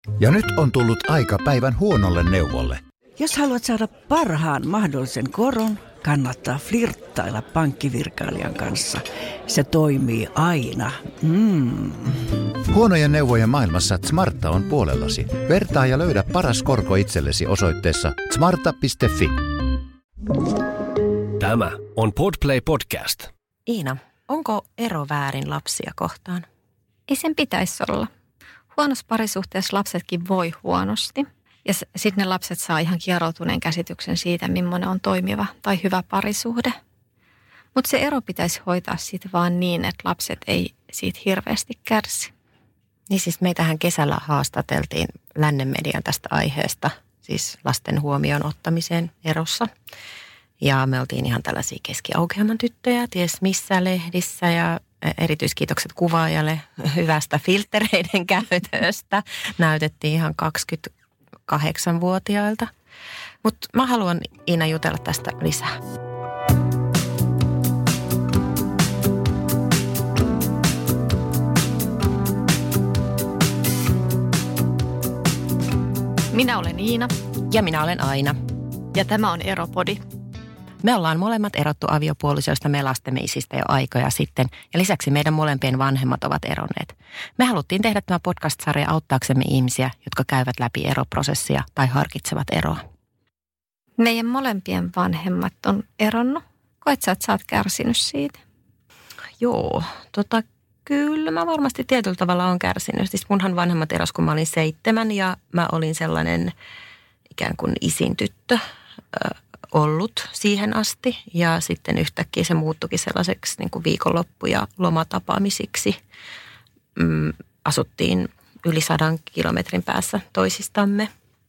Ja nyt on tullut aika päivän huonolle neuvolle. Jos haluat saada parhaan mahdollisen koron, kannattaa flirttailla pankkivirkailijan kanssa. Se toimii aina. Huonojen neuvojen maailmassa Smarta on puolellasi. Vertaa ja löydä paras korko itsellesi osoitteessa smarta.fi. Tämä on Podplay Podcast. Iina, onko ero väärin lapsia kohtaan? Ei sen pitäisi olla. Huonossa parisuhteessa lapsetkin voi huonosti. Ja sitten ne lapset saa ihan kieroutuneen käsityksen siitä, millainen on toimiva tai hyvä parisuhde. Mutta se ero pitäisi hoitaa sitten vaan niin, että lapset ei siitä hirveästi kärsi. Niin siis meitähän kesällä haastateltiin lännen median tästä aiheesta, siis lasten huomioon ottamiseen erossa. Ja me oltiin ihan tällaisia keskiaukeaman tyttöjä, ties missä lehdissä, ja erityiskiitokset kuvaajalle hyvästä filttereiden käytöstä. Näytettiin ihan 28-vuotiailta. Mutta mä haluan, Iina, jutella tästä lisää. Minä olen Iina. Ja minä olen Aina. Ja tämä on Eropodi. Me ollaan molemmat erottu aviopuolisoistamme lastemme isistä jo aikoja sitten, ja lisäksi meidän molempien vanhemmat ovat eronneet. Me haluttiin tehdä tämä podcast-sarja auttaaksemme ihmisiä, jotka käyvät läpi eroprosessia tai harkitsevat eroa. Meidän molempien vanhemmat on eronnut. Koet sä, että sä oot kärsinyt siitä? Joo, kyllä mä varmasti tietyllä tavalla on kärsinyt. Siis munhan vanhemmat erosi, kun mä olin 7 ja mä olin sellainen ikään kuin isin tyttö ollut siihen asti. Ja sitten yhtäkkiä se muuttuikin sellaiseksi niin kuin viikonloppu- ja lomatapaamisiksi. Asuttiin yli 100 kilometrin päässä toisistamme.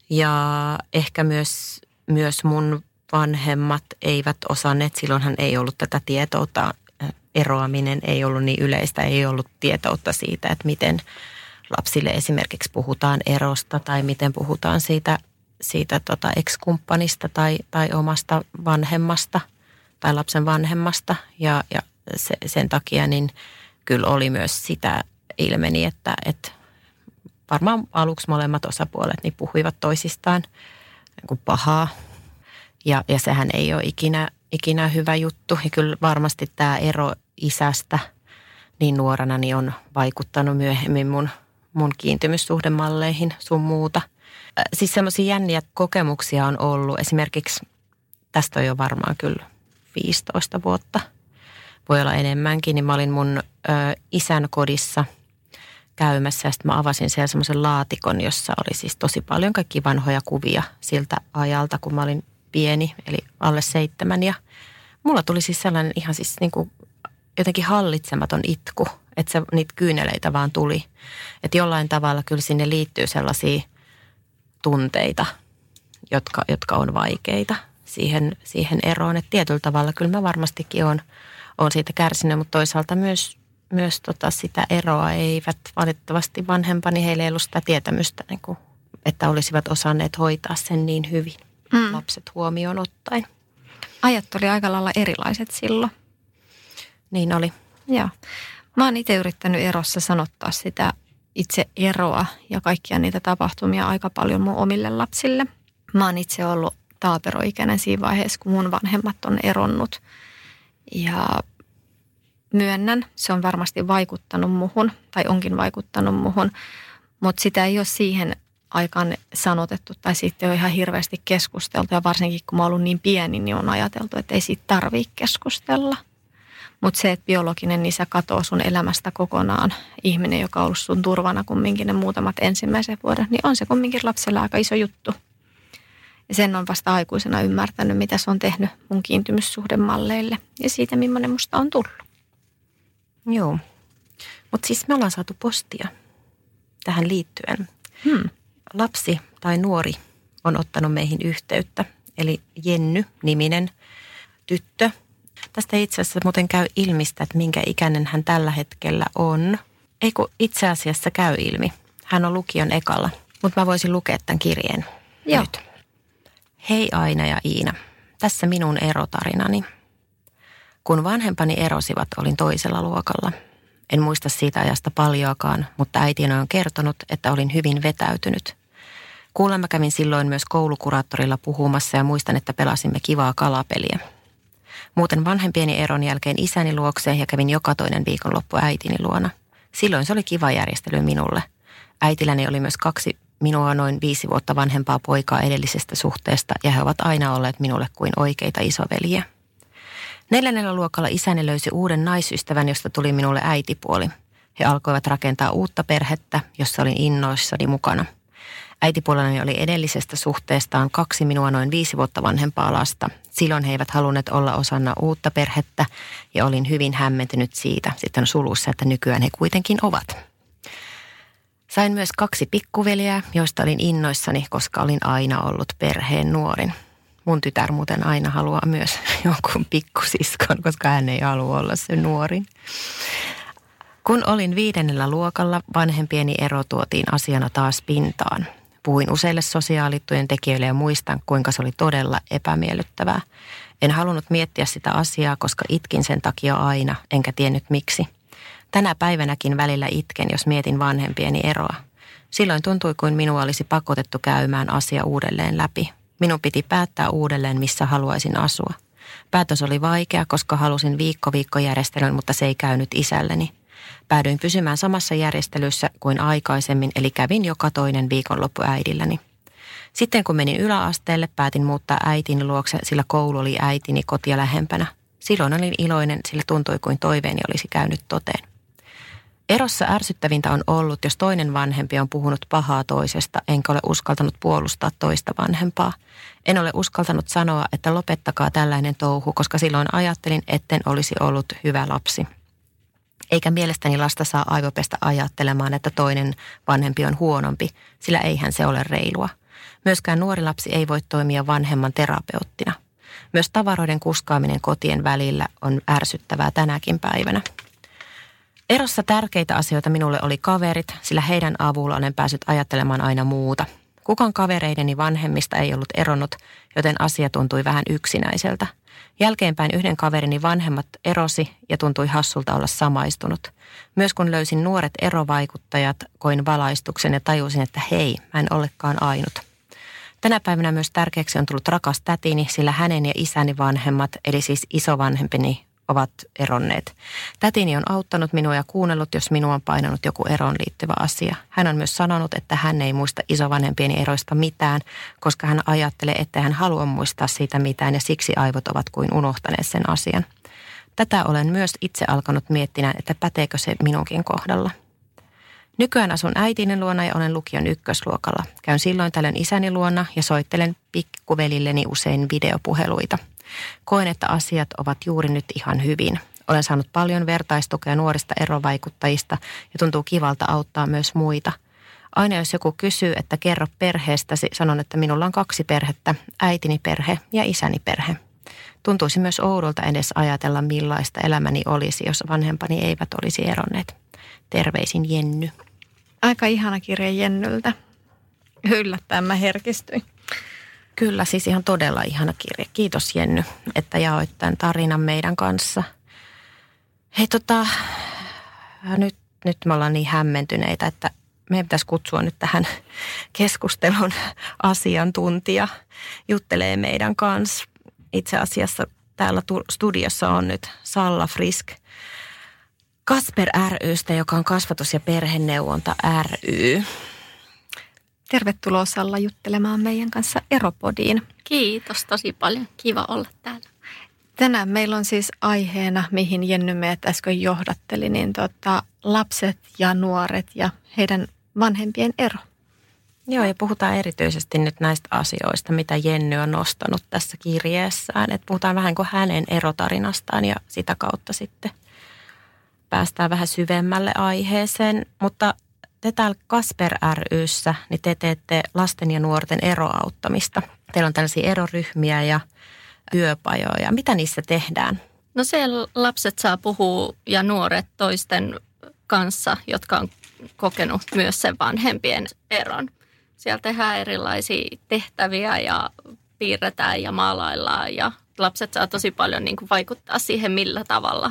Ja ehkä myös mun vanhemmat eivät osanneet, silloinhan ei ollut tätä tietoutta, eroaminen ei ollut niin yleistä, ei ollut tietoutta siitä, että miten lapsille esimerkiksi puhutaan erosta tai miten puhutaan siitä ex-kumppanista tai omasta vanhemmasta tai lapsen vanhemmasta. Ja sen takia niin kyllä oli myös sitä ilmeni, että varmaan aluksi molemmat osapuolet niin puhuivat toisistaan niin kuin pahaa. Ja sehän ei ole ikinä hyvä juttu. Ja kyllä varmasti tämä ero isästä niin nuorena niin on vaikuttanut myöhemmin mun kiintymyssuhdemalleihin sun muuta. Siis semmoisia jänniä kokemuksia on ollut. Esimerkiksi tästä on jo varmaan kyllä 15 vuotta. Voi olla enemmänkin. Niin mä olin mun isän kodissa käymässä ja sitten mä avasin siellä semmoisen laatikon, jossa oli siis tosi paljon kaikkia vanhoja kuvia siltä ajalta, kun mä olin pieni, eli alle 7. Ja mulla tuli siis sellainen ihan siis niin kuin jotenkin hallitsematon itku, että niitä kyyneleitä vaan tuli. Että jollain tavalla kyllä sinne liittyy sellaisia tunteita, jotka on vaikeita siihen eroon. Että tietyllä tavalla kyllä mä varmastikin olen siitä kärsinyt, mutta toisaalta myös sitä eroa eivät valitettavasti vanhempani, heillä ei ollut sitä tietämystä, niin kuin, että olisivat osanneet hoitaa sen niin hyvin. Lapset huomioon ottaen. Ajat oli aika lailla erilaiset silloin. Niin oli. Joo. Mä oon itse yrittänyt erossa sanottaa sitä itse eroa ja kaikkia niitä tapahtumia aika paljon mun omille lapsille. Mä oon itse ollut taaperoikäinen siinä vaiheessa, kun mun vanhemmat on eronnut. Ja myönnän, se on varmasti vaikuttanut muhun tai onkin vaikuttanut muhun, mutta sitä ei ole siihen aikaan sanotettu tai siitä ei ole ihan hirveästi keskusteltu. Ja varsinkin kun mä oon ollut niin pieni, niin on ajateltu, että ei siitä tarvitse keskustella. Mutta se, että biologinen isä katoo sun elämästä kokonaan, ihminen, joka on ollut sun turvana kumminkin ne muutamat ensimmäiset vuodet, niin on se kumminkin lapsella aika iso juttu. Ja sen on vasta aikuisena ymmärtänyt, mitä se on tehnyt mun kiintymyssuhdemalleille ja siitä, millainen musta on tullut. Joo, mutta siis me ollaan saatu postia tähän liittyen. Lapsi tai nuori on ottanut meihin yhteyttä, eli Jenny-niminen tyttö. Tästä itse asiassa muuten käy ilmistä, että minkä ikäinen hän tällä hetkellä on. Ei kun itse asiassa käy ilmi. Hän on lukion ekalla, mutta mä voisin lukea tämän kirjeen nyt. Hei Aina ja Iina, tässä minun erotarinani. Kun vanhempani erosivat, olin toisella luokalla. En muista siitä ajasta paljoakaan, mutta äitini on kertonut, että olin hyvin vetäytynyt. Kuulemma kävin silloin myös koulukuraattorilla puhumassa ja muistan, että pelasimme kivaa kalapeliä. Muuten vanhempieni eron jälkeen isäni luokseen ja kävin joka toinen viikonloppu äitini luona. Silloin se oli kiva järjestely minulle. Äitilläni oli myös 2 minua noin 5 vuotta vanhempaa poikaa edellisestä suhteesta ja he ovat aina olleet minulle kuin oikeita isoveliä. 4. luokalla isäni löysi uuden naisystävän, josta tuli minulle äitipuoli. He alkoivat rakentaa uutta perhettä, jossa olin innoissani mukana. Äitipuoleni oli edellisestä suhteestaan 2 minua noin 5 vuotta vanhempaa lasta. Silloin he eivät halunneet olla osana uutta perhettä ja olin hyvin hämmentynyt siitä. Sitten on sulussa, että nykyään he kuitenkin ovat. Sain myös 2 pikkuveliä, joista olin innoissani, koska olin aina ollut perheen nuorin. Mun tytär muuten aina haluaa myös jonkun pikkusiskon, koska hän ei halua olla se nuorin. Kun olin 5. luokalla, vanhempieni ero tuotiin asiana taas pintaan. Puhuin useille sosiaalityöntekijöille ja muistan, kuinka se oli todella epämiellyttävää. En halunnut miettiä sitä asiaa, koska itkin sen takia aina, enkä tiennyt miksi. Tänä päivänäkin välillä itken, jos mietin vanhempieni eroa. Silloin tuntui, kuin minua olisi pakotettu käymään asia uudelleen läpi. Minun piti päättää uudelleen, missä haluaisin asua. Päätös oli vaikea, koska halusin viikko-viikkojärjestelyn, mutta se ei käynyt isälleni. Päädyin pysymään samassa järjestelyssä kuin aikaisemmin, eli kävin joka toinen viikonloppu äidilläni. Sitten kun menin yläasteelle, päätin muuttaa äitini luokse, sillä koulu oli äitini kotia lähempänä. Silloin olin iloinen, sillä tuntui kuin toiveeni olisi käynyt toteen. Erossa ärsyttävintä on ollut, jos toinen vanhempi on puhunut pahaa toisesta, enkä ole uskaltanut puolustaa toista vanhempaa. En ole uskaltanut sanoa, että lopettakaa tällainen touhu, koska silloin ajattelin, etten olisi ollut hyvä lapsi. Eikä mielestäni lasta saa aivopestä ajattelemaan, että toinen vanhempi on huonompi, sillä eihän se ole reilua. Myöskään nuori lapsi ei voi toimia vanhemman terapeuttina. Myös tavaroiden kuskaaminen kotien välillä on ärsyttävää tänäkin päivänä. Erossa tärkeitä asioita minulle oli kaverit, sillä heidän avulla olen päässyt ajattelemaan aina muuta. Kukaan kavereideni vanhemmista ei ollut eronnut, joten asia tuntui vähän yksinäiseltä. Jälkeenpäin yhden kaverini vanhemmat erosi ja tuntui hassulta olla samaistunut. Myös kun löysin nuoret erovaikuttajat, koin valaistuksen ja tajusin, että hei, mä en olekaan ainut. Tänä päivänä myös tärkeäksi on tullut rakas tätini, sillä hänen ja isäni vanhemmat, eli siis isovanhempini, ovat eronneet. Tätini on auttanut minua ja kuunnellut, jos minua on painanut joku eroon liittyvä asia. Hän on myös sanonut, että hän ei muista isovanhempieni eroista mitään, koska hän ajattelee, että hän haluaa muistaa siitä mitään ja siksi aivot ovat kuin unohtaneet sen asian. Tätä olen myös itse alkanut miettiä, että päteekö se minunkin kohdalla. Nykyään asun äitini luona ja olen lukion 1. Käyn silloin tällöin isäni luona ja soittelen pikkuvelilleni usein videopuheluita. Koen, että asiat ovat juuri nyt ihan hyvin. Olen saanut paljon vertaistukea nuorista erovaikuttajista ja tuntuu kivalta auttaa myös muita. Aina jos joku kysyy, että kerro perheestäsi, sanon, että minulla on 2 perhettä, äitini perhe ja isäni perhe. Tuntuisi myös oudolta edes ajatella, millaista elämäni olisi, jos vanhempani eivät olisi eronneet. Terveisin Jenny. Aika ihana kirja Jennyltä. Yllättäen mä herkistyin. Kyllä, siis ihan todella ihana kirja. Kiitos Jenny, että jaoit tämän tarinan meidän kanssa. Hei nyt me ollaan niin hämmentyneitä, että meidän pitäisi kutsua nyt tähän keskustelun asiantuntija. Juttelee meidän kanssa. Itse asiassa täällä studiossa on nyt Salla Frisk Kasper ry:stä, joka on kasvatus- ja perheneuvonta ry. Tervetuloa Salla juttelemaan meidän kanssa Eropodiin. Kiitos tosi paljon. Kiva olla täällä. Tänään meillä on siis aiheena, mihin Jenny meidät äsken johdatteli, niin lapset ja nuoret ja heidän vanhempien ero. Joo, ja puhutaan erityisesti nyt näistä asioista, mitä Jenny on nostanut tässä kirjeessään. Että puhutaan vähän kuin hänen erotarinastaan ja sitä kautta sitten päästään vähän syvemmälle aiheeseen. Mutta te täällä Kasper ry:ssä, niin te teette lasten ja nuorten eroauttamista. Teillä on tällaisia eroryhmiä ja työpajoja. Mitä niissä tehdään? No siellä lapset saa puhua ja nuoret toisten kanssa, jotka on kokenut myös sen vanhempien eron. Siellä tehdään erilaisia tehtäviä ja piirretään ja maalaillaan ja lapset saa tosi paljon vaikuttaa siihen, millä tavalla he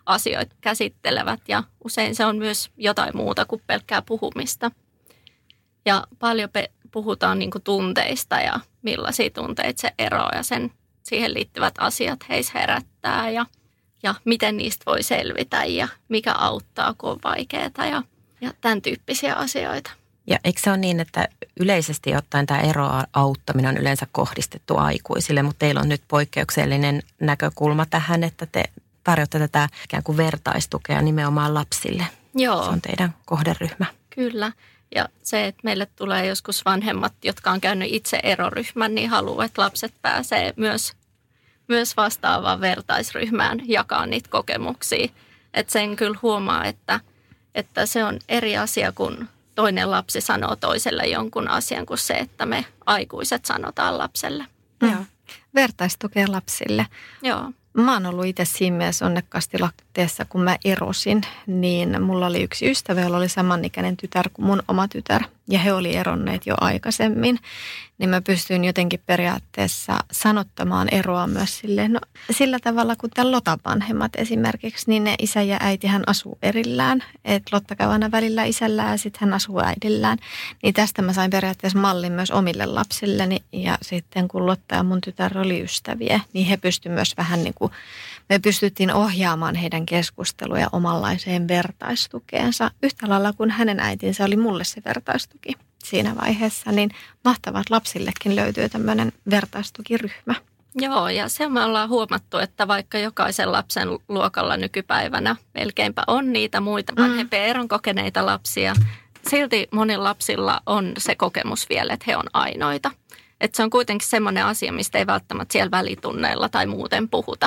asioita käsittelevät ja usein se on myös jotain muuta kuin pelkkää puhumista. Ja paljon puhutaan niin kuin tunteista ja millaisia tunteita se ero ja siihen liittyvät asiat heissä herättää ja miten niistä voi selvitä ja mikä auttaa, kun on vaikeaa ja tämän tyyppisiä asioita. Ja eikö se ole niin, että yleisesti ottaen tämä eroa auttaminen on yleensä kohdistettu aikuisille, mutta teillä on nyt poikkeuksellinen näkökulma tähän, että te tarjotte tätä ikään kuin vertaistukea nimenomaan lapsille. Joo. Se on teidän kohderyhmä. Kyllä. Ja se, että meille tulee joskus vanhemmat, jotka on käynyt itse eroryhmän, niin haluaa, että lapset pääsee myös vastaavaan vertaisryhmään jakaa niitä kokemuksia. Että sen kyllä huomaa, että se on eri asia, kun toinen lapsi sanoo toiselle jonkun asian kuin se, että me aikuiset sanotaan lapselle. Joo. Vertaistukea lapsille. Joo. Mä oon ollut itse siinä mielessä onnekkaasti lakteessa, kun mä erosin, niin mulla oli yksi ystävä, jolla oli samanikäinen tytär kuin mun oma tytär. Ja he oli eronneet jo aikaisemmin, niin mä pystyin jotenkin periaatteessa sanottamaan eroa myös silleen, no sillä tavalla kuin tämän Lotan vanhemmat esimerkiksi, niin ne isä ja äitihän asuu erillään. Että Lotta käy aina välillä isällään ja sitten hän asuu äidillään. Niin tästä mä sain periaatteessa mallin myös omille lapsilleni ja sitten kun Lotta ja mun tytär oli ystäviä, niin he pystyivät myös vähän niin kuin, me pystyttiin ohjaamaan heidän keskusteluja omanlaiseen vertaistukeensa. Yhtä lailla kuin hänen äitinsä oli mulle se vertaistuki siinä vaiheessa, niin mahtavaa, että lapsillekin löytyy tämmöinen vertaistukiryhmä. Joo, ja se me ollaan huomattu, että vaikka jokaisen lapsen luokalla nykypäivänä melkeinpä on niitä muita vanhempia eron kokeneita lapsia, silti monilla lapsilla on se kokemus vielä, että he on ainoita. Että se on kuitenkin semmoinen asia, mistä ei välttämättä siellä välitunneilla tai muuten puhuta.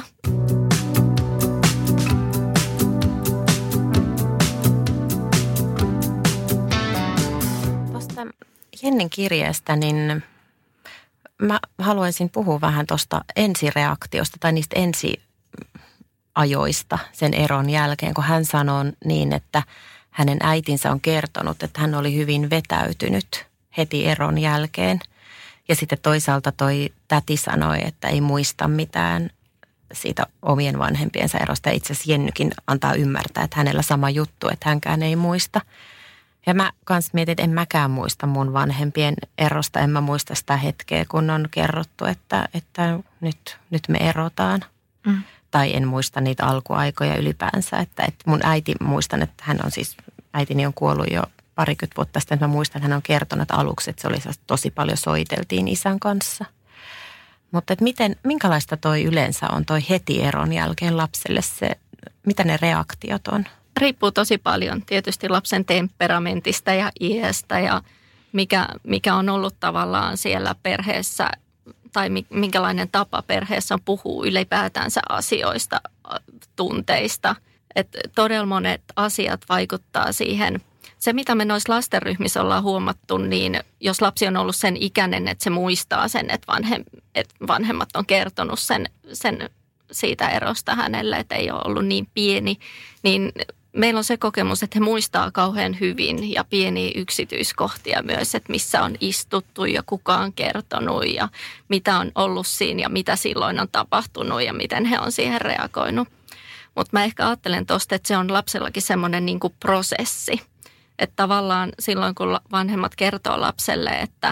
Tuosta Jennin kirjeestä, niin mä haluaisin puhua vähän tuosta ensireaktiosta tai niistä ensiajoista sen eron jälkeen, kun hän sanoo niin, että hänen äitinsä on kertonut, että hän oli hyvin vetäytynyt heti eron jälkeen. Ja sitten toisaalta toi täti sanoi, että ei muista mitään siitä omien vanhempiensa erosta. Ja itse asiassa Jennykin antaa ymmärtää, että hänellä sama juttu, että hänkään ei muista. Ja mä kans mietin, että en mäkään muista mun vanhempien erosta. En mä muista sitä hetkeä, kun on kerrottu, että nyt me erotaan. Tai en muista niitä alkuaikoja ylipäänsä. Että mun äiti, muistan, että äitini on kuollut jo parikymmentä vuotta sitten. Mä muistan, että hän on kertonut että aluksi, että se oli tosi paljon soiteltiin isän kanssa. Mutta minkälaista toi yleensä on toi heti eron jälkeen lapselle se, mitä ne reaktiot on? Riippuu tosi paljon tietysti lapsen temperamentista ja iästä ja mikä on ollut tavallaan siellä perheessä tai minkälainen tapa perheessä on puhua ylipäätänsä asioista, tunteista. Että todella monet asiat vaikuttaa siihen. Se, mitä me noissa lastenryhmissä ollaan huomattu, niin jos lapsi on ollut sen ikäinen, että se muistaa sen, että vanhemmat on kertonut sen siitä erosta hänelle, että ei ole ollut niin pieni, niin meillä on se kokemus, että he muistaa kauhean hyvin ja pieniä yksityiskohtia myös, että missä on istuttu ja kuka on kertonut ja mitä on ollut siinä ja mitä silloin on tapahtunut ja miten he on siihen reagoinut. Mutta mä ehkä ajattelen tuosta, että se on lapsellakin semmoinen niin kuin prosessi. Että tavallaan silloin, kun vanhemmat kertoo lapselle, että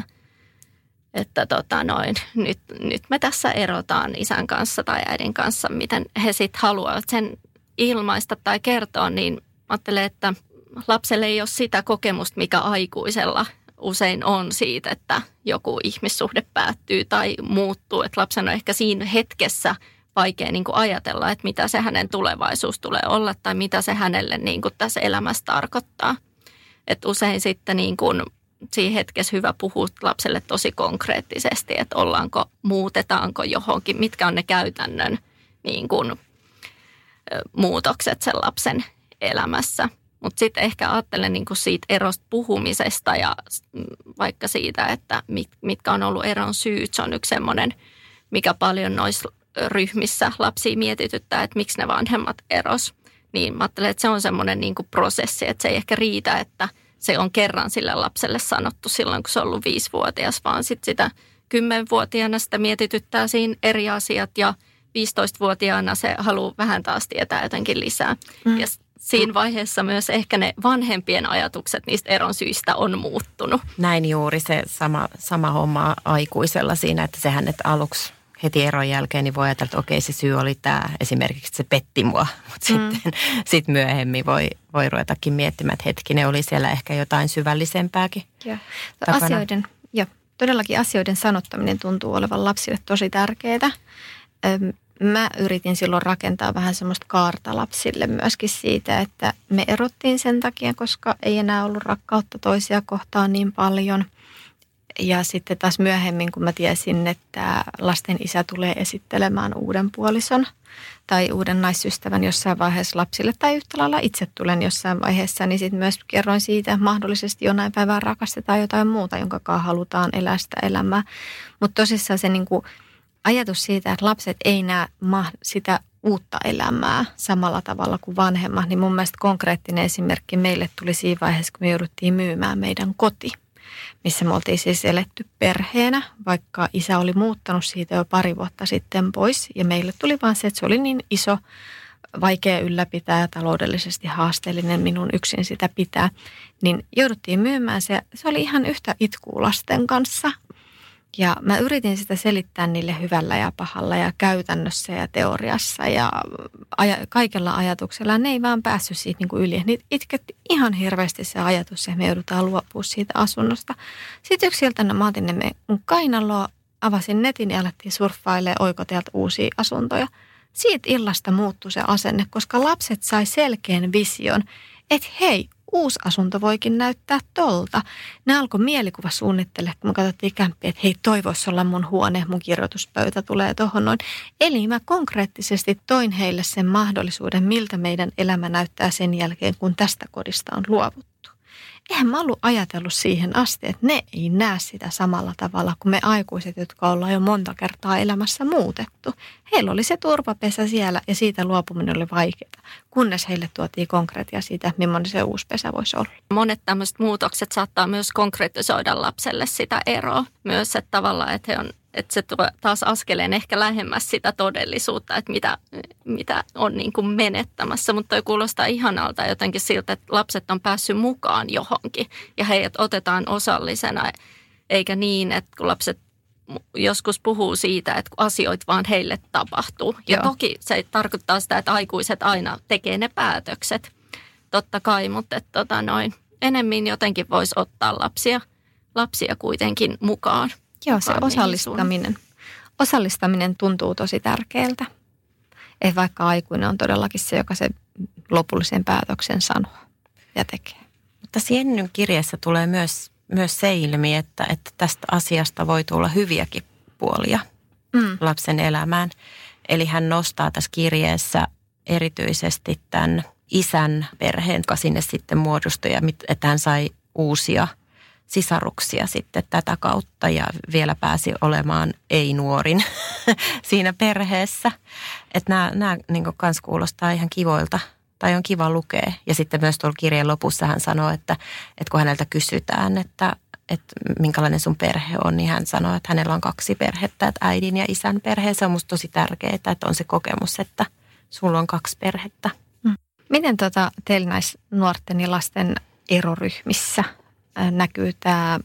nyt me tässä erotaan isän kanssa tai äidin kanssa, miten he sitten haluavat sen ilmaista tai kertoa, niin ajattelen, että lapselle ei ole sitä kokemusta, mikä aikuisella usein on siitä, että joku ihmissuhde päättyy tai muuttuu. Että lapsen on ehkä siinä hetkessä vaikea niin kuin ajatella, että mitä se hänen tulevaisuus tulee olla tai mitä se hänelle niin kuin tässä elämässä tarkoittaa. Että usein sitten niin kuin siinä hetkessä hyvä puhua lapselle tosi konkreettisesti, että muutetaanko johonkin, mitkä on ne käytännön niin kuin muutokset sen lapsen elämässä. Mutta sitten ehkä ajattelen niin kuin siitä erosta puhumisesta ja vaikka siitä, että mitkä on ollut eron syyt. Se on yksi semmoinen, mikä paljon noissa ryhmissä lapsia mietityttää, että miksi ne vanhemmat eros. Niin mä ajattelen, että se on semmoinen niin kuin prosessi, että se ei ehkä riitä, että se on kerran sille lapselle sanottu silloin, kun se on ollut 5-vuotias, vaan sitten sitä 10-vuotiaana sitä mietityttää siinä eri asiat ja 15-vuotiaana se haluaa vähän taas tietää jotenkin lisää. Ja siinä vaiheessa myös ehkä ne vanhempien ajatukset niistä eron syistä on muuttunut. Näin juuri se sama homma aikuisella siinä, että sehän, että aluksi heti eron jälkeen niin voi ajatella, että okei, se syy oli tämä, esimerkiksi että se petti mua, mutta sitten myöhemmin voi ruvetakin miettimään, että hetkinen, oli siellä ehkä jotain syvällisempääkin. Todellakin asioiden sanottaminen tuntuu olevan lapsille tosi tärkeää. Mä yritin silloin rakentaa vähän semmoista kaarta lapsille myöskin siitä, että me erottiin sen takia, koska ei enää ollut rakkautta toisia kohtaan niin paljon. Ja sitten taas myöhemmin, kun mä tiesin, että lasten isä tulee esittelemään uuden puolison tai uuden naisystävän jossain vaiheessa lapsille tai yhtä lailla itse tulen jossain vaiheessa, niin sitten myös kerroin siitä, että mahdollisesti jonain päivänä rakastetaan jotain muuta, jonka kanssa halutaan elää sitä elämää. Mutta tosissaan se niinku ajatus siitä, että lapset ei näe sitä uutta elämää samalla tavalla kuin vanhemmat, niin mun mielestä konkreettinen esimerkki meille tuli siinä vaiheessa, kun me jouduttiin myymään meidän koti, missä me oltiin siis eletty perheenä, vaikka isä oli muuttanut siitä jo 2 vuotta sitten pois. Ja meille tuli vaan se, että se oli niin iso, vaikea ylläpitää ja taloudellisesti haasteellinen minun yksin sitä pitää. Niin jouduttiin myymään se. Se oli ihan yhtä itkuu lasten kanssa. Ja mä yritin sitä selittää niille hyvällä ja pahalla ja käytännössä ja teoriassa ja kaikella ajatuksella. Ne ei vaan päässyt siitä niin kuin yli. Niitä itketti ihan hirveästi se ajatus ja me joudutaan luopua siitä asunnosta. Sitten yksi iltana mä otin ne mun kainaloa, avasin netin ja alettiin surffailemaan oikoteelta uusia asuntoja. Siitä illasta muuttui se asenne, koska lapset sai selkeän vision, että hei, uusi asunto voikin näyttää tolta. Ne alkoi mielikuva suunnittelemaan, kun me katsottiin kämppiä, että hei, toi voisi olla mun huone, mun kirjoituspöytä tulee tohon noin. Eli mä konkreettisesti toin heille sen mahdollisuuden, miltä meidän elämä näyttää sen jälkeen, kun tästä kodista on luovuttu. Eihän mä ollut ajatellut siihen asti, että ne ei näe sitä samalla tavalla kuin me aikuiset, jotka ollaan jo monta kertaa elämässä muutettu. Heillä oli se turvapesä siellä ja siitä luopuminen oli vaikeaa, kunnes heille tuotiin konkreettia siitä, millainen se uusi pesä voisi olla. Monet tämmöiset muutokset saattaa myös konkretisoida lapselle sitä eroa. Myös, että tavallaan, että se tuo taas askeleen ehkä lähemmäs sitä todellisuutta, että mitä on niin kuin menettämässä. Mutta toi kuulostaa ihanalta jotenkin siltä, että lapset on päässyt mukaan johonkin ja heidät otetaan osallisena. Eikä niin, että kun lapset joskus puhuu siitä, että asioita vaan heille tapahtuu. Ja toki se tarkoittaa sitä, että aikuiset aina tekee ne päätökset. Totta kai, mutta enemmän jotenkin voisi ottaa lapsia kuitenkin mukaan. Joo, se osallistaminen tuntuu tosi tärkeältä. Että vaikka aikuinen on todellakin se, joka se lopullisen päätöksen sanoo ja tekee. Mutta Siennyn kirjassa tulee myös se ilmi, että tästä asiasta voi tulla hyviäkin puolia lapsen elämään. Eli hän nostaa tässä kirjeessä erityisesti tämän isän perheen, joka sinne sitten muodostui ja että hän sai uusia sisaruksia sitten tätä kautta ja vielä pääsi olemaan ei-nuorin siinä perheessä. Että nämä niin kuin kans kuulostaa ihan kivoilta tai on kiva lukea. Ja sitten myös tuolla kirjeen lopussa hän sanoo, että kun häneltä kysytään, että minkälainen sun perhe on, niin hän sanoo, että hänellä on 2 perhettä, että äidin ja isän perhe. Se on musta tosi tärkeää, että on se kokemus, että sulla on 2 perhettä. Miten teillä näissä nuorten ja lasten eroryhmissä näkyy tämä,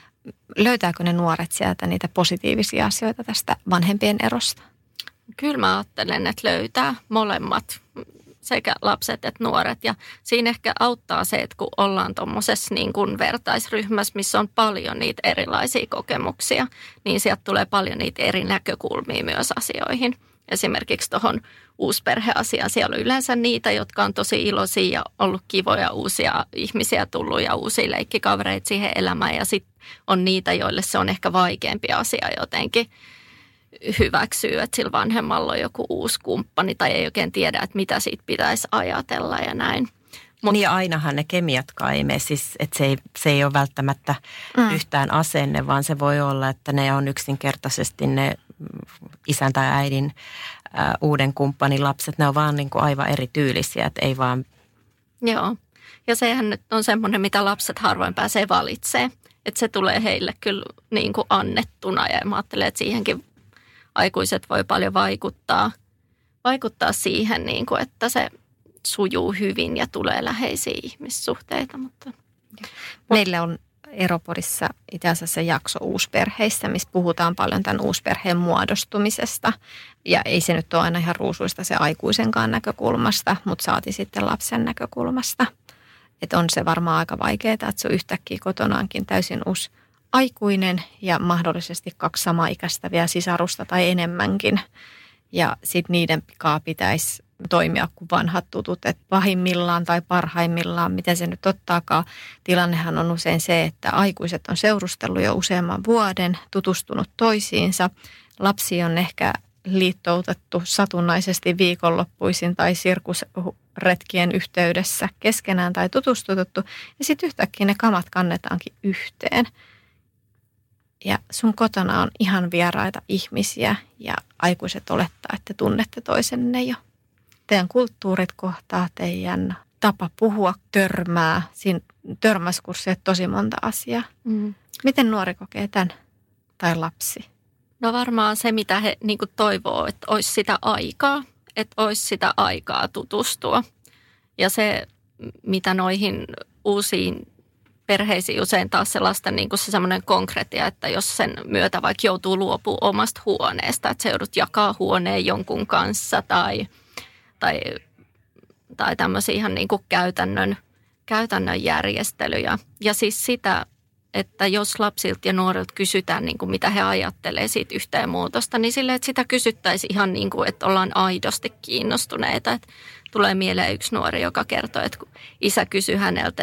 löytääkö ne nuoret sieltä niitä positiivisia asioita tästä vanhempien erosta? Kyllä mä ajattelen, että löytää molemmat, sekä lapset että nuoret. Ja siinä ehkä auttaa se, että kun ollaan tuommoisessa niin kuin vertaisryhmässä, missä on paljon niitä erilaisia kokemuksia, niin sieltä tulee paljon niitä eri näkökulmia myös asioihin. Esimerkiksi tuohon uusperheasiaan siellä on yleensä niitä, jotka on tosi iloisia ja ollut kivoja uusia ihmisiä tullut ja uusia leikkikavereita siihen elämään. Ja sitten on niitä, joille se on ehkä vaikeampi asia jotenkin hyväksyä, että sillä vanhemmalla on joku uusi kumppani tai ei oikein tiedä, että mitä siitä pitäisi ajatella ja näin. Niin ja ainahan ne kemiatkaan ei mene, siis, että se ei ole välttämättä yhtään asenne, vaan se voi olla, että ne on yksinkertaisesti ne isän tai äidin uuden kumppanin lapset, ne on vaan niin kuin aivan erityylisiä, että ei vaan. Joo, ja sehän nyt on semmoinen, mitä lapset harvoin pääsee valitsemaan, että se tulee heille kyllä niin kuin annettuna ja mä ajattelen, että siihenkin aikuiset voi paljon vaikuttaa siihen, niin kuin, että se sujuu hyvin ja tulee läheisiä ihmissuhteita. Meillä on Eropodissa itse asiassa jakso uusperheissä, missä puhutaan paljon tämän uusperheen muodostumisesta. Ja ei se nyt ole aina ihan ruusuista se aikuisenkaan näkökulmasta, mutta saati sitten lapsen näkökulmasta. Että on se varmaan aika vaikeaa, että se on yhtäkkiä kotonaankin täysin uusi aikuinen ja mahdollisesti 2 samaikäistä vielä sisarusta tai enemmänkin. Ja sitten niiden pikaa pitäisi toimia kuin vanhat tutut, että pahimmillaan tai parhaimmillaan, miten se nyt ottaakaan. Tilannehan on usein se, että aikuiset on seurustellut jo useamman vuoden, tutustunut toisiinsa. Lapsi on ehkä liittoutettu satunnaisesti viikonloppuisin tai sirkusretkien yhteydessä keskenään tai tutustuttu. Ja sitten yhtäkkiä ne kamat kannetaankin yhteen. Ja sun kotona on ihan vieraita ihmisiä ja aikuiset olettaa, että tunnette toisenne jo. Teidän kulttuurit kohtaa, teidän tapa puhua törmää. Siinä törmäskursseja tosi monta asiaa. Miten nuori kokee tämän tai lapsi? No varmaan se, mitä he niin kuin toivoo, että olisi sitä aikaa. Että olisi sitä aikaa tutustua. Ja se, mitä noihin uusiin perheisiin usein taas se lasten niin kuin se semmoinen konkreettia, että jos sen myötä vaikka joutuu luopumaan omasta huoneesta, että se joudut jakaa huoneen jonkun kanssa tai tämmöisiä ihan niin kuin käytännön järjestelyjä. Ja siis sitä, että jos lapsilta ja nuorilta kysytään, niin kuin mitä he ajattelee siitä yhteenmuutosta, niin silleen, että sitä kysyttäisiin ihan niin kuin, että ollaan aidosti kiinnostuneita. Että tulee mieleen yksi nuori, joka kertoo, että kun isä kysyi häneltä,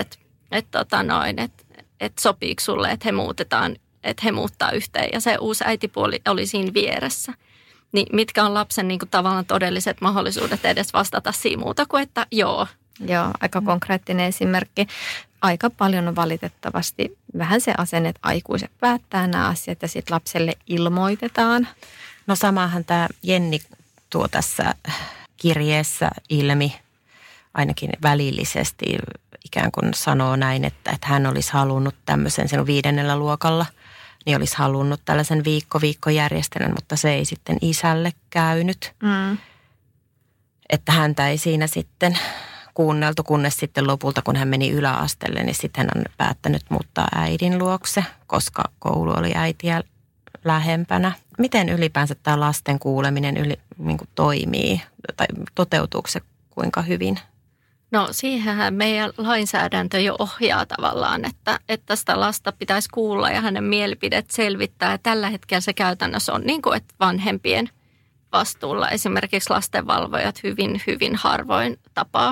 että sopiiko sulle, että he muuttaa yhteen ja se uusi äitipuoli oli siinä vieressä. Niin mitkä on lapsen niin kuin tavallaan todelliset mahdollisuudet edes vastata siihen muuta kuin, että joo. Joo, aika konkreettinen esimerkki. Aika paljon on valitettavasti vähän se asenne, että aikuiset päättää nämä asiat ja sitten lapselle ilmoitetaan. No samahan tämä Jenni tuo tässä kirjeessä ilmi, ainakin välillisesti ikään kuin sanoo näin, että hän olisi halunnut tämmöisen sen 5. luokalla, niin olisi halunnut tällaisen viikkojärjestelyn, mutta se ei sitten isälle käynyt. Että häntä ei siinä sitten kuunneltu, kunnes sitten lopulta, kun hän meni yläasteelle, niin sitten hän on päättänyt muuttaa äidin luokse, koska koulu oli äitiä lähempänä. Miten ylipäänsä tämä lasten kuuleminen niin kuin toimii tai toteutuuko se kuinka hyvin? No siihenhän meidän lainsäädäntö jo ohjaa tavallaan, että sitä lasta pitäisi kuulla ja hänen mielipidet selvittää. Ja tällä hetkellä se käytännössä on niin kuin, että vanhempien vastuulla esimerkiksi lastenvalvojat hyvin, hyvin harvoin tapaa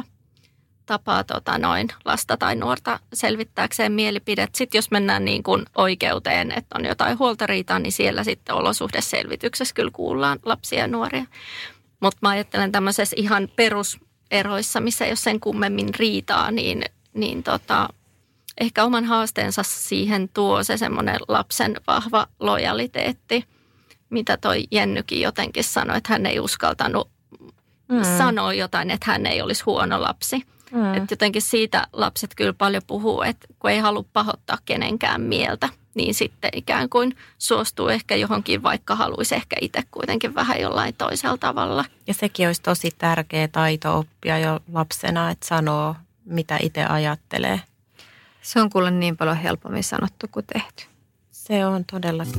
lasta tai nuorta selvittääkseen mielipidet. Sitten jos mennään niin kuin oikeuteen, että on jotain huoltoriitaa, niin siellä sitten olosuhdeselvityksessä kyllä kuullaan lapsia ja nuoria. Mutta mä ajattelen tämmöisessä ihan peruseroissa, missä ei ole sen kummemmin riitaa, niin ehkä oman haasteensa siihen tuo se semmoinen lapsen vahva lojaliteetti, mitä toi Jennykin jotenkin sanoi, että hän ei uskaltanut sanoa jotain, että hän ei olisi huono lapsi. Että jotenkin siitä lapset kyllä paljon puhuu, että kun ei halua pahoittaa kenenkään mieltä, niin sitten ikään kuin suostuu ehkä johonkin, vaikka haluaisi ehkä itse kuitenkin vähän jollain toisella tavalla. Ja sekin olisi tosi tärkeä taito oppia jo lapsena, että sanoo, mitä itse ajattelee. Se on kuule niin paljon helpommin sanottu kuin tehty. Se on todellakin.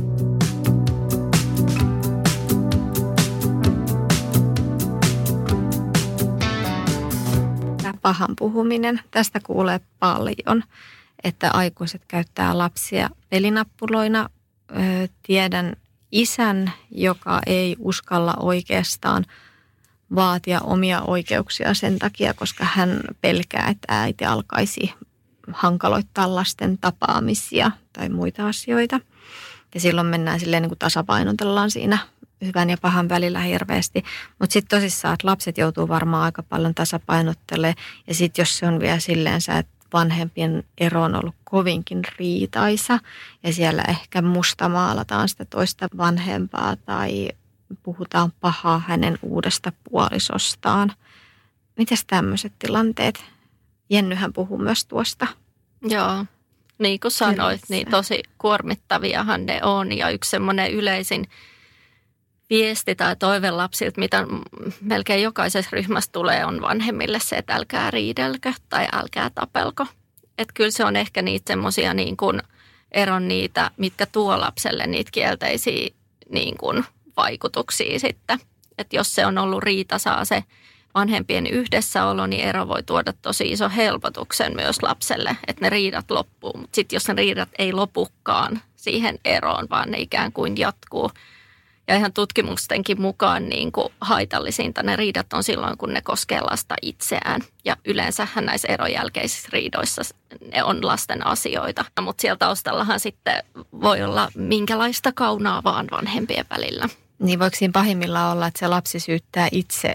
Pahan puhuminen. Tästä kuulee paljon, että aikuiset käyttää lapsia pelinappuloina. Tiedän isän, joka ei uskalla oikeastaan vaatia omia oikeuksia sen takia, koska hän pelkää, että äiti alkaisi hankaloittaa lasten tapaamisia tai muita asioita. Ja silloin mennään silleen niin kuin tasapainotellaan siinä hyvän ja pahan välillä hirveästi. Mutta sitten tosissaan, että lapset joutuu varmaan aika paljon tasapainottelemaan. Ja sitten jos se on vielä silleensä, että vanhempien ero on ollut kovinkin riitaisa ja siellä ehkä mustamaalataan sitä toista vanhempaa tai puhutaan pahaa hänen uudesta puolisostaan. Mites tämmöiset tilanteet? Jennyhän puhuu myös tuosta. Joo, niin kuin sanoit, niin tosi kuormittaviahan ne on. Ja yksi semmoinen yleisin viesti tai toive lapsilta, mitä melkein jokaisessa ryhmässä tulee, on vanhemmille se, että älkää riidelkö tai älkää tapelko. Että kyllä se on ehkä niitä semmoisia niin kuin eron niitä, mitkä tuo lapselle niitä kielteisiä niin kuin vaikutuksia sitten. Että jos se on ollut riitasaa se vanhempien yhdessäolo, niin ero voi tuoda tosi iso helpotuksen myös lapselle, että ne riidat loppuu. Mutta sitten jos ne riidat ei lopukaan siihen eroon, vaan ne ikään kuin jatkuu. Ja ihan tutkimustenkin mukaan niin kuin haitallisinta ne riidat on silloin, kun ne koskee lasta itseään. Ja yleensähän näissä eron jälkeisissä riidoissa ne on lasten asioita. Mutta siellä taustallahan sitten voi olla minkälaista kaunaa vaan vanhempien välillä. Niin voiko siinä pahimmillaan olla, että se lapsi syyttää itse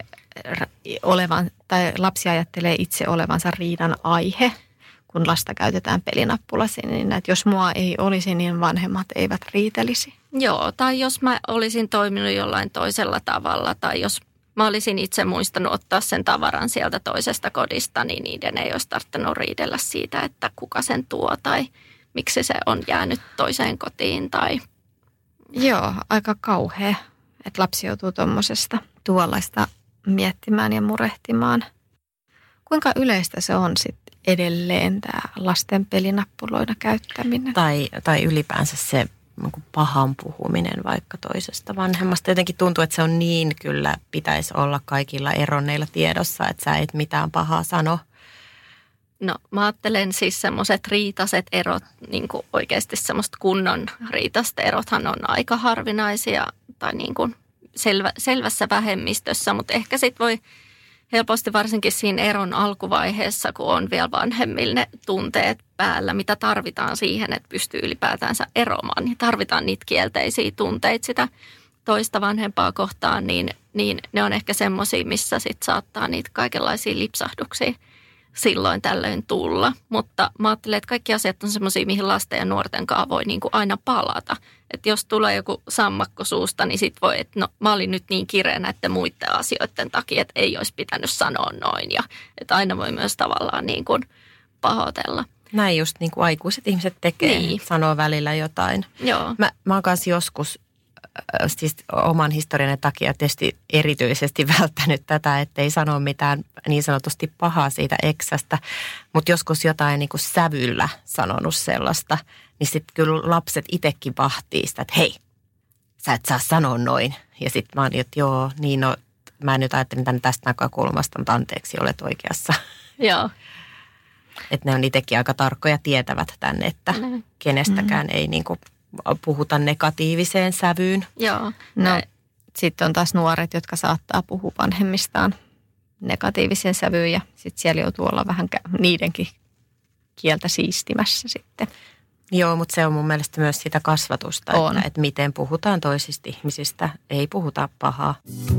olevan, tai lapsi ajattelee itse olevansa riidan aihe, kun lasta käytetään pelinappulasi, niin että jos mua ei olisi, niin vanhemmat eivät riitelisi. Joo, tai jos mä olisin toiminut jollain toisella tavalla, tai jos mä olisin itse muistanut ottaa sen tavaran sieltä toisesta kodista, niin niiden ei olisi tarvinnut riidellä siitä, että kuka sen tuo, tai miksi se on jäänyt toiseen kotiin, tai... Joo, aika kauhea, että lapsi joutuu tuollaista miettimään ja murehtimaan. Kuinka yleistä se on sitten edelleen tämä lasten pelinappuloina käyttäminen? Tai ylipäänsä se pahan puhuminen vaikka toisesta vanhemmasta. Jotenkin tuntuu, että se on niin kyllä pitäisi olla kaikilla eronneilla tiedossa, että sä et mitään pahaa sano. No mä ajattelen siis semmoiset riitaset erot, niin kuin oikeasti semmoista kunnon riitaset erothan on aika harvinaisia tai niin kuin selvässä vähemmistössä, mutta ehkä sitten voi helposti varsinkin siinä eron alkuvaiheessa, kun on vielä vanhemmille ne tunteet päällä, mitä tarvitaan siihen, että pystyy ylipäätänsä eroamaan. Niin tarvitaan niitä kielteisiä tunteita sitä toista vanhempaa kohtaan, niin ne on ehkä semmoisia, missä sitten saattaa niitä kaikenlaisia lipsahduksia silloin tällöin tulla. Mutta mä ajattelen, että kaikki asiat on semmoisia, mihin lasten ja nuorten kanssa voi niin kuin aina palata. Että jos tulee joku sammakko suusta, niin sit voi, että no mä olin nyt niin kireä näiden muiden asioiden takia, että ei olisi pitänyt sanoa noin. Ja että aina voi myös tavallaan niin kuin pahoitella. Näin just niin kuin aikuiset ihmiset tekee, niin. Sanoo välillä jotain. Joo. Mä oon kanssa joskus siis oman historian takia tietysti erityisesti välttänyt tätä, ettei sano mitään niin sanotusti pahaa siitä eksästä, mutta joskus jotain niin kuin sävyllä sanonut sellaista, niin sitten kyllä lapset itsekin vahtii sitä, että hei, sä et saa sanoa noin. Ja sitten mä oon, että joo, niin no, mä nyt ajattelin tänne tästä näkökulmasta, mutta anteeksi, olet oikeassa. Joo. Että ne on itsekin aika tarkkoja, tietävät tänne, että kenestäkään ei niin kuin puhuta negatiiviseen sävyyn. Joo. No, sitten on taas nuoret, jotka saattaa puhua vanhemmistaan negatiiviseen sävyyn ja sitten siellä joutuu olla vähän niidenkin kieltä siistimässä sitten. Joo, mutta se on mun mielestä myös sitä kasvatusta, että miten puhutaan toisista ihmisistä, ei puhuta pahaa.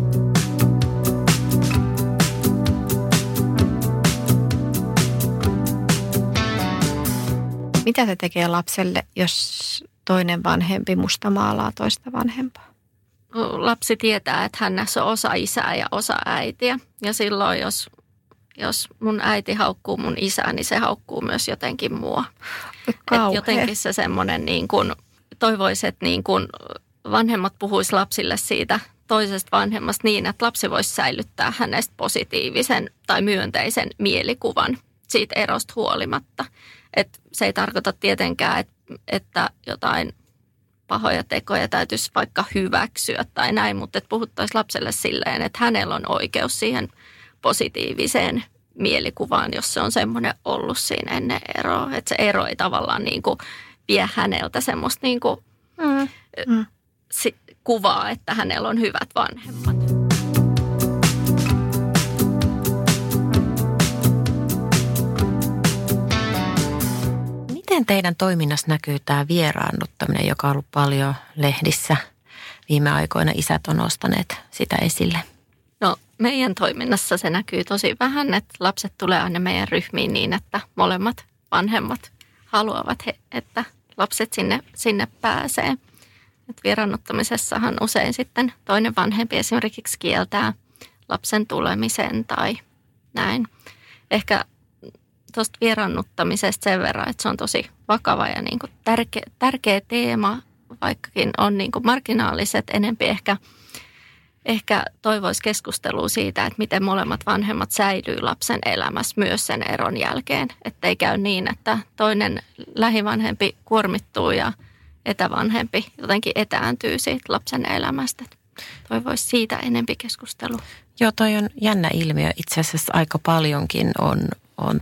Mitä se tekee lapselle, jos toinen vanhempi mustamaalaa toista vanhempaa? Lapsi tietää, että hänessä on osa isää ja osa äitiä. Ja silloin, jos mun äiti haukkuu mun isää, niin se haukkuu myös jotenkin mua. Jotenkin se semmoinen niin kuin, toivoisi, että niin kuin vanhemmat puhuisi lapsille siitä toisesta vanhemmasta niin, että lapsi voisi säilyttää hänestä positiivisen tai myönteisen mielikuvan siitä erosta huolimatta. Että se ei tarkoita tietenkään, että jotain pahoja tekoja täytyisi vaikka hyväksyä tai näin, mutta että puhuttaisiin lapselle silleen, että hänellä on oikeus siihen positiiviseen mielikuvaan, jos se on semmoinen ollut siinä ennen eroa. Että se ero ei tavallaan niin kuin vie häneltä semmoista niin kuin kuvaa, että hänellä on hyvät vanhemmat. Miten teidän toiminnassa näkyy tämä vieraannuttaminen, joka on ollut paljon lehdissä viime aikoina? Isät on nostaneet sitä esille. No meidän toiminnassa se näkyy tosi vähän, että lapset tulee aina meidän ryhmiin niin, että molemmat vanhemmat haluavat, että lapset sinne pääsee. Et vieraannuttamisessahan usein sitten toinen vanhempi esimerkiksi kieltää lapsen tulemisen tai näin. Ehkä tuosta vieraannuttamisesta sen verran, että se on tosi vakava ja niin kuin tärkeä teema vaikkakin on niin kuin marginaaliset, enempi ehkä toivoisi keskustelua siitä, että miten molemmat vanhemmat säilyy lapsen elämässä myös sen eron jälkeen. Että ei käy niin, että toinen lähivanhempi kuormittuu ja etävanhempi jotenkin etääntyy siitä lapsen elämästä. Toivoisi siitä enempi keskustelua. Joo, toi on jännä ilmiö. Itse asiassa aika paljonkin on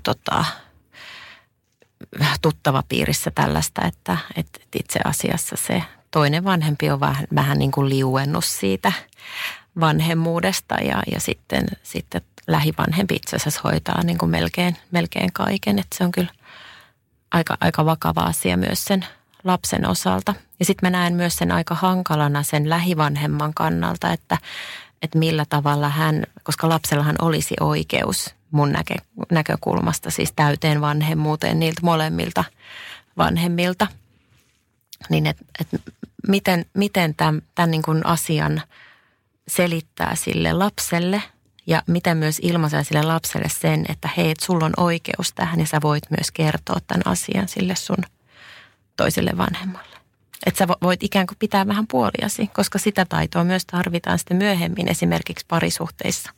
tuttava piirissä tällaista, että itse asiassa se toinen vanhempi on vähän niin kuin liuennut siitä vanhemmuudesta ja sitten lähivanhempi itse asiassa hoitaa niin kuin melkein kaiken. Että se on kyllä aika vakava asia myös sen lapsen osalta. Ja sitten mä näen myös sen aika hankalana sen lähivanhemman kannalta, että millä tavalla koska lapsellahan olisi oikeus mun näkökulmasta siis täyteen vanhemmuuteen niiltä molemmilta vanhemmilta, niin että miten tämän niin kuin asian selittää sille lapselle ja miten myös ilmaisee sille lapselle sen, että hei, sulla on oikeus tähän ja sä voit myös kertoa tämän asian sille sun toiselle vanhemmalle. Että sä voit ikään kuin pitää vähän puoliasi, koska sitä taitoa myös tarvitaan sitten myöhemmin esimerkiksi parisuhteissa.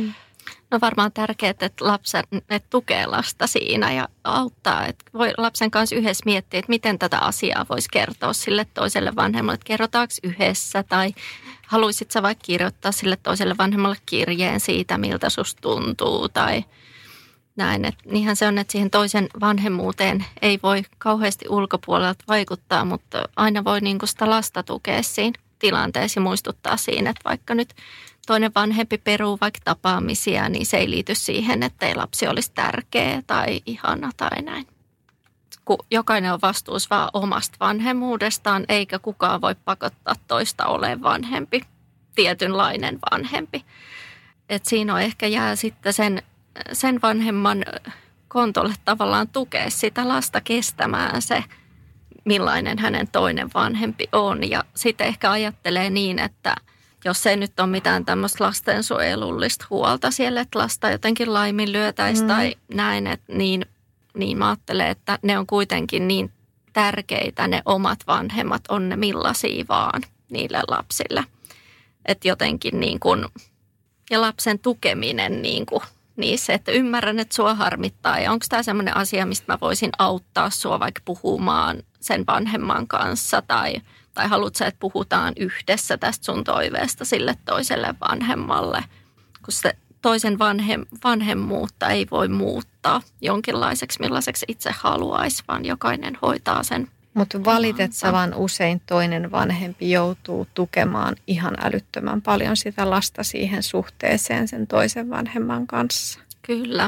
No varmaan tärkeää, että että tukee lasta siinä ja auttaa. Että voi lapsen kanssa yhdessä miettiä, että miten tätä asiaa voisi kertoa sille toiselle vanhemmalle. Että kerrotaanko yhdessä tai haluaisit sä vaikka kirjoittaa sille toiselle vanhemmalle kirjeen siitä, miltä susta tuntuu tai näin. Että niinhän se on, että siihen toisen vanhemmuuteen ei voi kauheasti ulkopuolelta vaikuttaa, mutta aina voi niin kuin sitä lasta tukea siinä tilanteessa ja muistuttaa siinä, että vaikka nyt toinen vanhempi peruu vaikka tapaamisia, niin se ei liity siihen, että ei lapsi olisi tärkeä tai ihana tai näin. Kun jokainen on vastuussa vaan omasta vanhemmuudestaan, eikä kukaan voi pakottaa toista olemaan vanhempi, tietynlainen vanhempi. Et siinä on ehkä jää sitten sen vanhemman kontolle tavallaan tukea sitä lasta kestämään se, millainen hänen toinen vanhempi on. Ja sitten ehkä ajattelee niin, että jos ei nyt ole mitään tämmöistä lastensuojelullista huolta siellä, että lasta jotenkin laiminlyötäisi tai näin, että niin mä ajattelen, että ne on kuitenkin niin tärkeitä, ne omat vanhemmat on ne millaisia vaan niille lapsille. Että jotenkin niin kuin, ja lapsen tukeminen niin kuin niissä, että ymmärrän, että sua harmittaa ja onko tämä semmoinen asia, mistä mä voisin auttaa sua vaikka puhumaan sen vanhemman kanssa tai haluat sä, että puhutaan yhdessä tästä sun toiveesta sille toiselle vanhemmalle, kun se toisen vanhemmuutta ei voi muuttaa jonkinlaiseksi, millaiseksi itse haluaisi, vaan jokainen hoitaa sen. Mutta valitettavan usein toinen vanhempi joutuu tukemaan ihan älyttömän paljon sitä lasta siihen suhteeseen sen toisen vanhemman kanssa. Kyllä.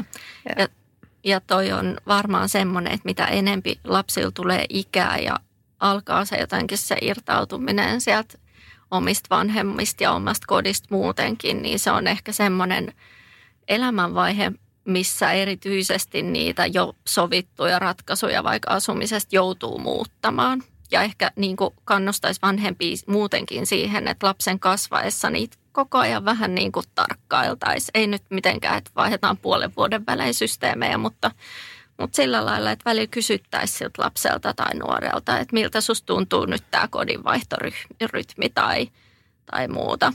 Ja toi on varmaan semmoinen, että mitä enempi lapsilla tulee ikää ja alkaa se jotenkin se irtautuminen sieltä omista vanhemmista ja omasta kodista muutenkin, niin se on ehkä semmoinen elämänvaihe, missä erityisesti niitä jo sovittuja ratkaisuja vaikka asumisesta joutuu muuttamaan. Ja ehkä niin kuin kannustaisi vanhempia muutenkin siihen, että lapsen kasvaessa niitä koko ajan vähän niin kuin tarkkailtaisiin. Ei nyt mitenkään, että vaihdetaan puolen vuoden välein systeemejä, mutta sillä lailla, että välillä kysyttäisiin siltä lapselta tai nuorelta, että miltä susta tuntuu nyt tämä kodinvaihtorytmi tai muuta.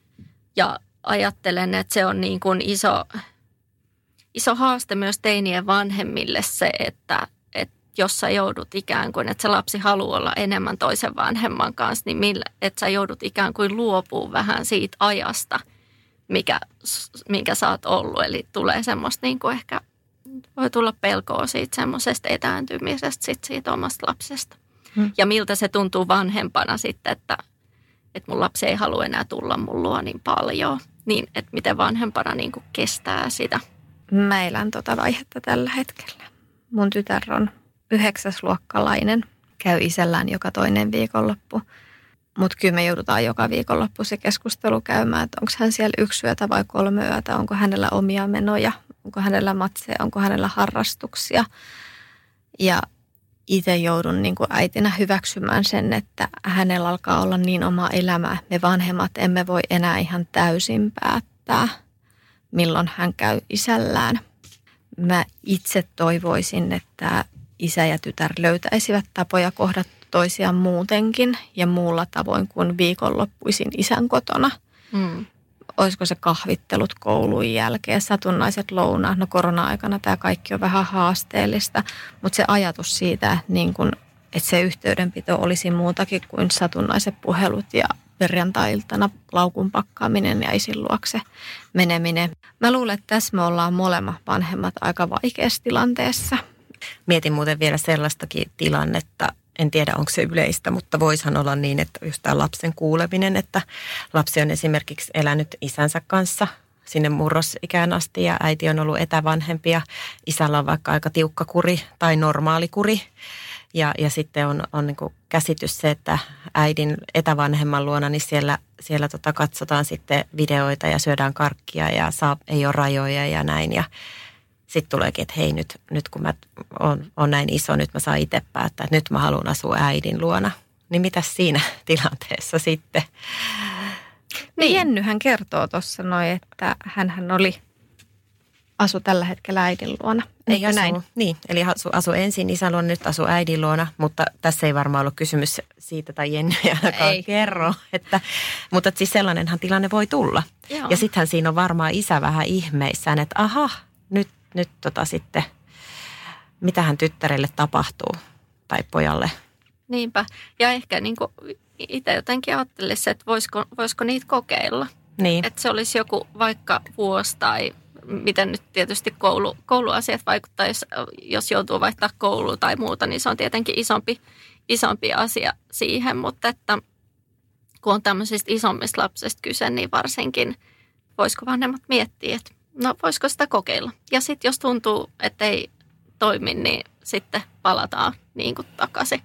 Ja ajattelen, että se on niin kuin iso haaste myös teinien vanhemmille se, että jos sä joudut ikään kuin, että se lapsi haluaa olla enemmän toisen vanhemman kanssa, niin että sä joudut ikään kuin luopumaan vähän siitä ajasta, minkä sä oot ollut. Eli tulee semmoista niin kuin ehkä, voi tulla pelkoa siitä semmoisesta etääntymisestä siitä omasta lapsesta. Ja miltä se tuntuu vanhempana sitten, että mun lapsi ei halua enää tulla mun luo niin paljon. Niin, että miten vanhempana niin kuin kestää sitä. Mä elän tota vaihetta tällä hetkellä. Mun tytär on 9-luokkalainen, käy isällään joka toinen viikonloppu. Mutta kyllä me joudutaan joka viikonloppu se keskustelu käymään, että onko hän siellä 1 yötä vai 3 yötä, onko hänellä omia menoja, onko hänellä matseja, onko hänellä harrastuksia. Ja itse joudun niin kuin äitinä hyväksymään sen, että hänellä alkaa olla niin oma elämä. Me vanhemmat emme voi enää ihan täysin päättää, milloin hän käy isällään. Mä itse toivoisin, että isä ja tytär löytäisivät tapoja toisiaan muutenkin ja muulla tavoin kuin viikonloppuisin isän kotona. Olisiko se kahvittelut koulun jälkeen, satunnaiset lounaat. No korona-aikana tämä kaikki on vähän haasteellista, mutta se ajatus siitä, niin kun, että se yhteydenpito olisi muutakin kuin satunnaiset puhelut ja perjantai-iltana laukun pakkaaminen ja isin luokse meneminen. Mä luulen, että tässä me ollaan molemmat vanhemmat aika vaikeassa tilanteessa. Mietin muuten vielä sellaistakin tilannetta, en tiedä onko se yleistä, mutta voisihan olla niin, että just tämä lapsen kuuleminen, että lapsi on esimerkiksi elänyt isänsä kanssa sinne murrosikään asti ja äiti on ollut etävanhempi ja isällä on vaikka aika tiukka kuri tai normaali kuri. Ja sitten on niin kuin käsitys se, että äidin etävanhemman luona, niin siellä katsotaan sitten videoita ja syödään karkkia ja ei ole rajoja ja näin. Ja sitten tuleekin, että hei nyt kun mä oon näin iso, nyt mä saan itse päättää, että nyt mä haluan asua äidin luona. Niin mitäs siinä tilanteessa sitten? Niin Jennyhän kertoo tuossa noin, että hänhän asu tällä hetkellä äidin luona. Ei asu, näin? Niin, eli asu ensin isän luona, nyt asu äidin luona, mutta tässä ei varmaan ollut kysymys siitä, tai Jenny ainakaan kerro. Mutta siis sellainenhan tilanne voi tulla. Joo. Ja sittenhän siinä on varmaan isä vähän ihmeissään, että aha, nyt sitten, mitähän tyttärelle tapahtuu tai pojalle. Niinpä, ja ehkä niin kuin itse jotenkin ajattelisin, että voisiko niitä kokeilla. Niin. Että se olisi joku vaikka vuosi tai miten nyt tietysti kouluasiat vaikuttaa, jos joutuu vaihtaa koulua tai muuta, niin se on tietenkin isompi asia siihen, mutta että kun on tämmöisistä isommista lapsista kyse, niin varsinkin voisiko vanhemmat miettiä, että no voisiko sitä kokeilla. Ja sitten jos tuntuu, että ei toimi, niin sitten palataan niin kuin takaisin.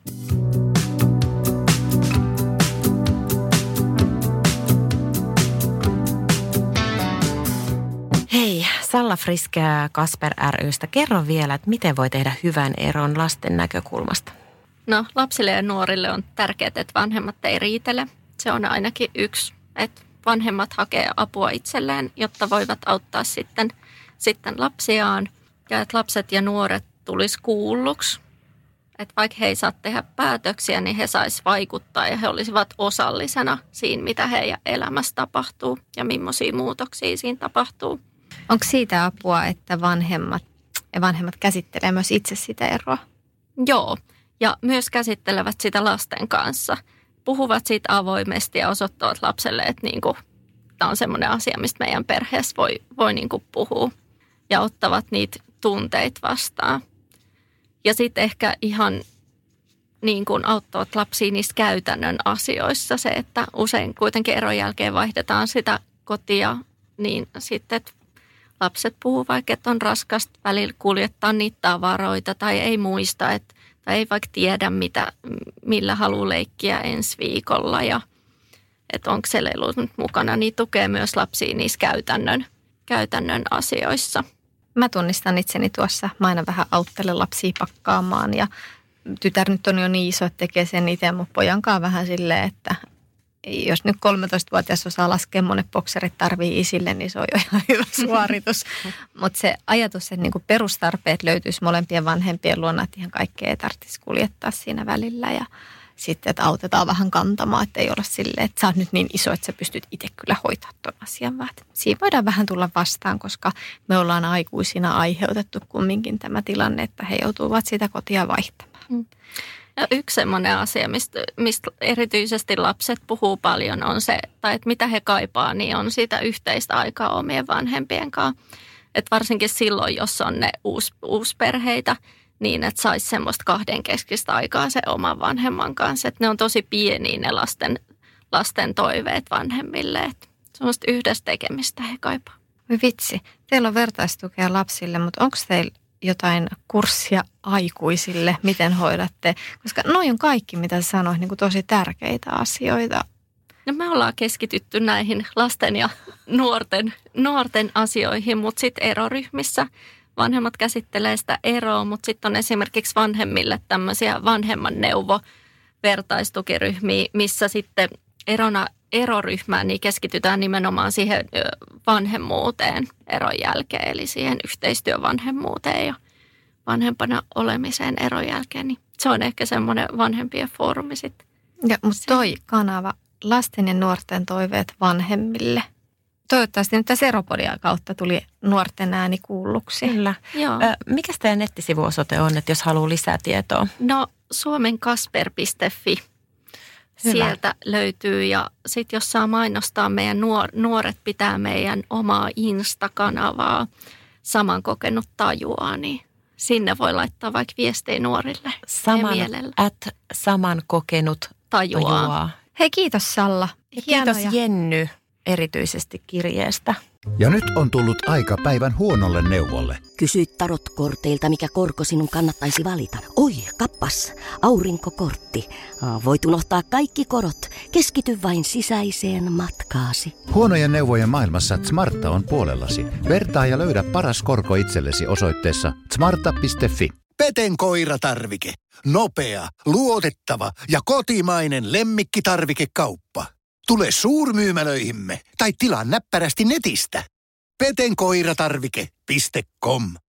Hei, Salla Frisk Kasper ry:stä. Kerro vielä, että miten voi tehdä hyvän eron lasten näkökulmasta? No, lapsille ja nuorille on tärkeää, että vanhemmat ei riitele. Se on ainakin yksi, että vanhemmat hakee apua itselleen, jotta voivat auttaa sitten lapsiaan. Ja että lapset ja nuoret tulisi kuulluksi. Että vaikka he ei saa tehdä päätöksiä, niin he saisi vaikuttaa ja he olisivat osallisena siinä, mitä heidän elämässä tapahtuu ja millaisia muutoksia siinä tapahtuu. Onko siitä apua, että vanhemmat käsittelee myös itse sitä eroa? Joo, ja myös käsittelevät sitä lasten kanssa. Puhuvat siitä avoimesti ja osoittavat lapselle, että tämä on semmoinen asia, mistä meidän perheessä voi puhua. Ja ottavat niitä tunteita vastaan. Ja sitten ehkä ihan auttavat lapsia niissä käytännön asioissa. Se, että usein kuitenkin eron jälkeen vaihdetaan sitä kotia, niin sitten lapset puhuu vaikka, että on raskasta välillä kuljettaa niitä tavaroita tai ei muista, tai ei vaikka tiedä, millä haluaa leikkiä ensi viikolla ja että onko se lelut nyt mukana, niin tukee myös lapsia niissä käytännön asioissa. Mä tunnistan itseni tuossa. Mä aina vähän auttelen lapsia pakkaamaan ja tytär nyt on jo niin iso, että tekee sen itse, mutta pojankaan vähän silleen, että jos nyt 13-vuotias osaa laskea monet bokserit tarvii isille, niin se on jo ihan hyvä suoritus. Mutta se ajatus, että niinku perustarpeet löytyisi molempien vanhempien luona, että ihan kaikkea ei tarvitsisi kuljettaa siinä välillä ja sitten, että autetaan vähän kantamaan, että ei olla silleen, että sä oot nyt niin iso, että sä pystyt itse kyllä hoitaa tuon asian. Vaan siinä voidaan vähän tulla vastaan, koska me ollaan aikuisina aiheutettu kumminkin tämä tilanne, että he joutuvat sitä kotia vaihtamaan. Ja yksi sellainen asia, mistä erityisesti lapset puhuu paljon, on se, tai että mitä he kaipaa, niin on sitä yhteistä aikaa omien vanhempien kanssa. Että varsinkin silloin, jos on ne uusperheitä, niin että saisi semmoista kahdenkeskistä aikaa se oman vanhemman kanssa. Että ne on tosi pieniä ne lasten toiveet vanhemmille. Että semmoista yhdessä tekemistä he kaipaa. Vitsi, teillä on vertaistukea lapsille, mutta onko teillä jotain kurssia aikuisille, miten hoidatte? Koska noi on kaikki, mitä sanoit, niin kuin tosi tärkeitä asioita. No me ollaan keskitytty näihin lasten ja nuorten asioihin, mutta sitten eroryhmissä vanhemmat käsittelee sitä eroa, mutta sitten on esimerkiksi vanhemmille tämmöisiä vanhemman vertaistukiryhmiä, missä sitten eroryhmään niin keskitytään nimenomaan siihen vanhemmuuteen eron jälkeen, eli siihen yhteistyövanhemmuuteen ja vanhempana olemiseen eron jälkeen, niin se on ehkä semmoinen vanhempien foorumi sitten. Mutta toi kanava, lasten ja nuorten toiveet vanhemmille. Toivottavasti nyt tässä Eropodia kautta tuli nuorten ääni kuulluksi. Kyllä. Mikä teidän nettisivuosoite on, että jos haluaa lisää tietoa? No suomenkasper.fi. Sieltä löytyy ja sitten jos saa mainostaa meidän nuoret pitää meidän omaa Insta-kanavaa Saman kokenut tajua, niin sinne voi laittaa vaikka viestejä nuorille. Saman kokenut tajuaa. Hei, kiitos Salla. Ja kiitos Jenny erityisesti kirjeestä. Ja nyt on tullut aika päivän huonolle neuvolle. Kysyit tarotkorteilta, mikä korko sinun kannattaisi valita. Oi, kappas, aurinkokortti. Voit unohtaa kaikki korot. Keskity vain sisäiseen matkaasi. Huonojen neuvojen maailmassa Smarta on puolellasi. Vertaa ja löydä paras korko itsellesi osoitteessa smarta.fi. Peten koiratarvike. Nopea, luotettava ja kotimainen lemmikkitarvikekauppa. Tule suurmyymälöihimme tai tilaa näppärästi netistä. petenkoiratarvike.com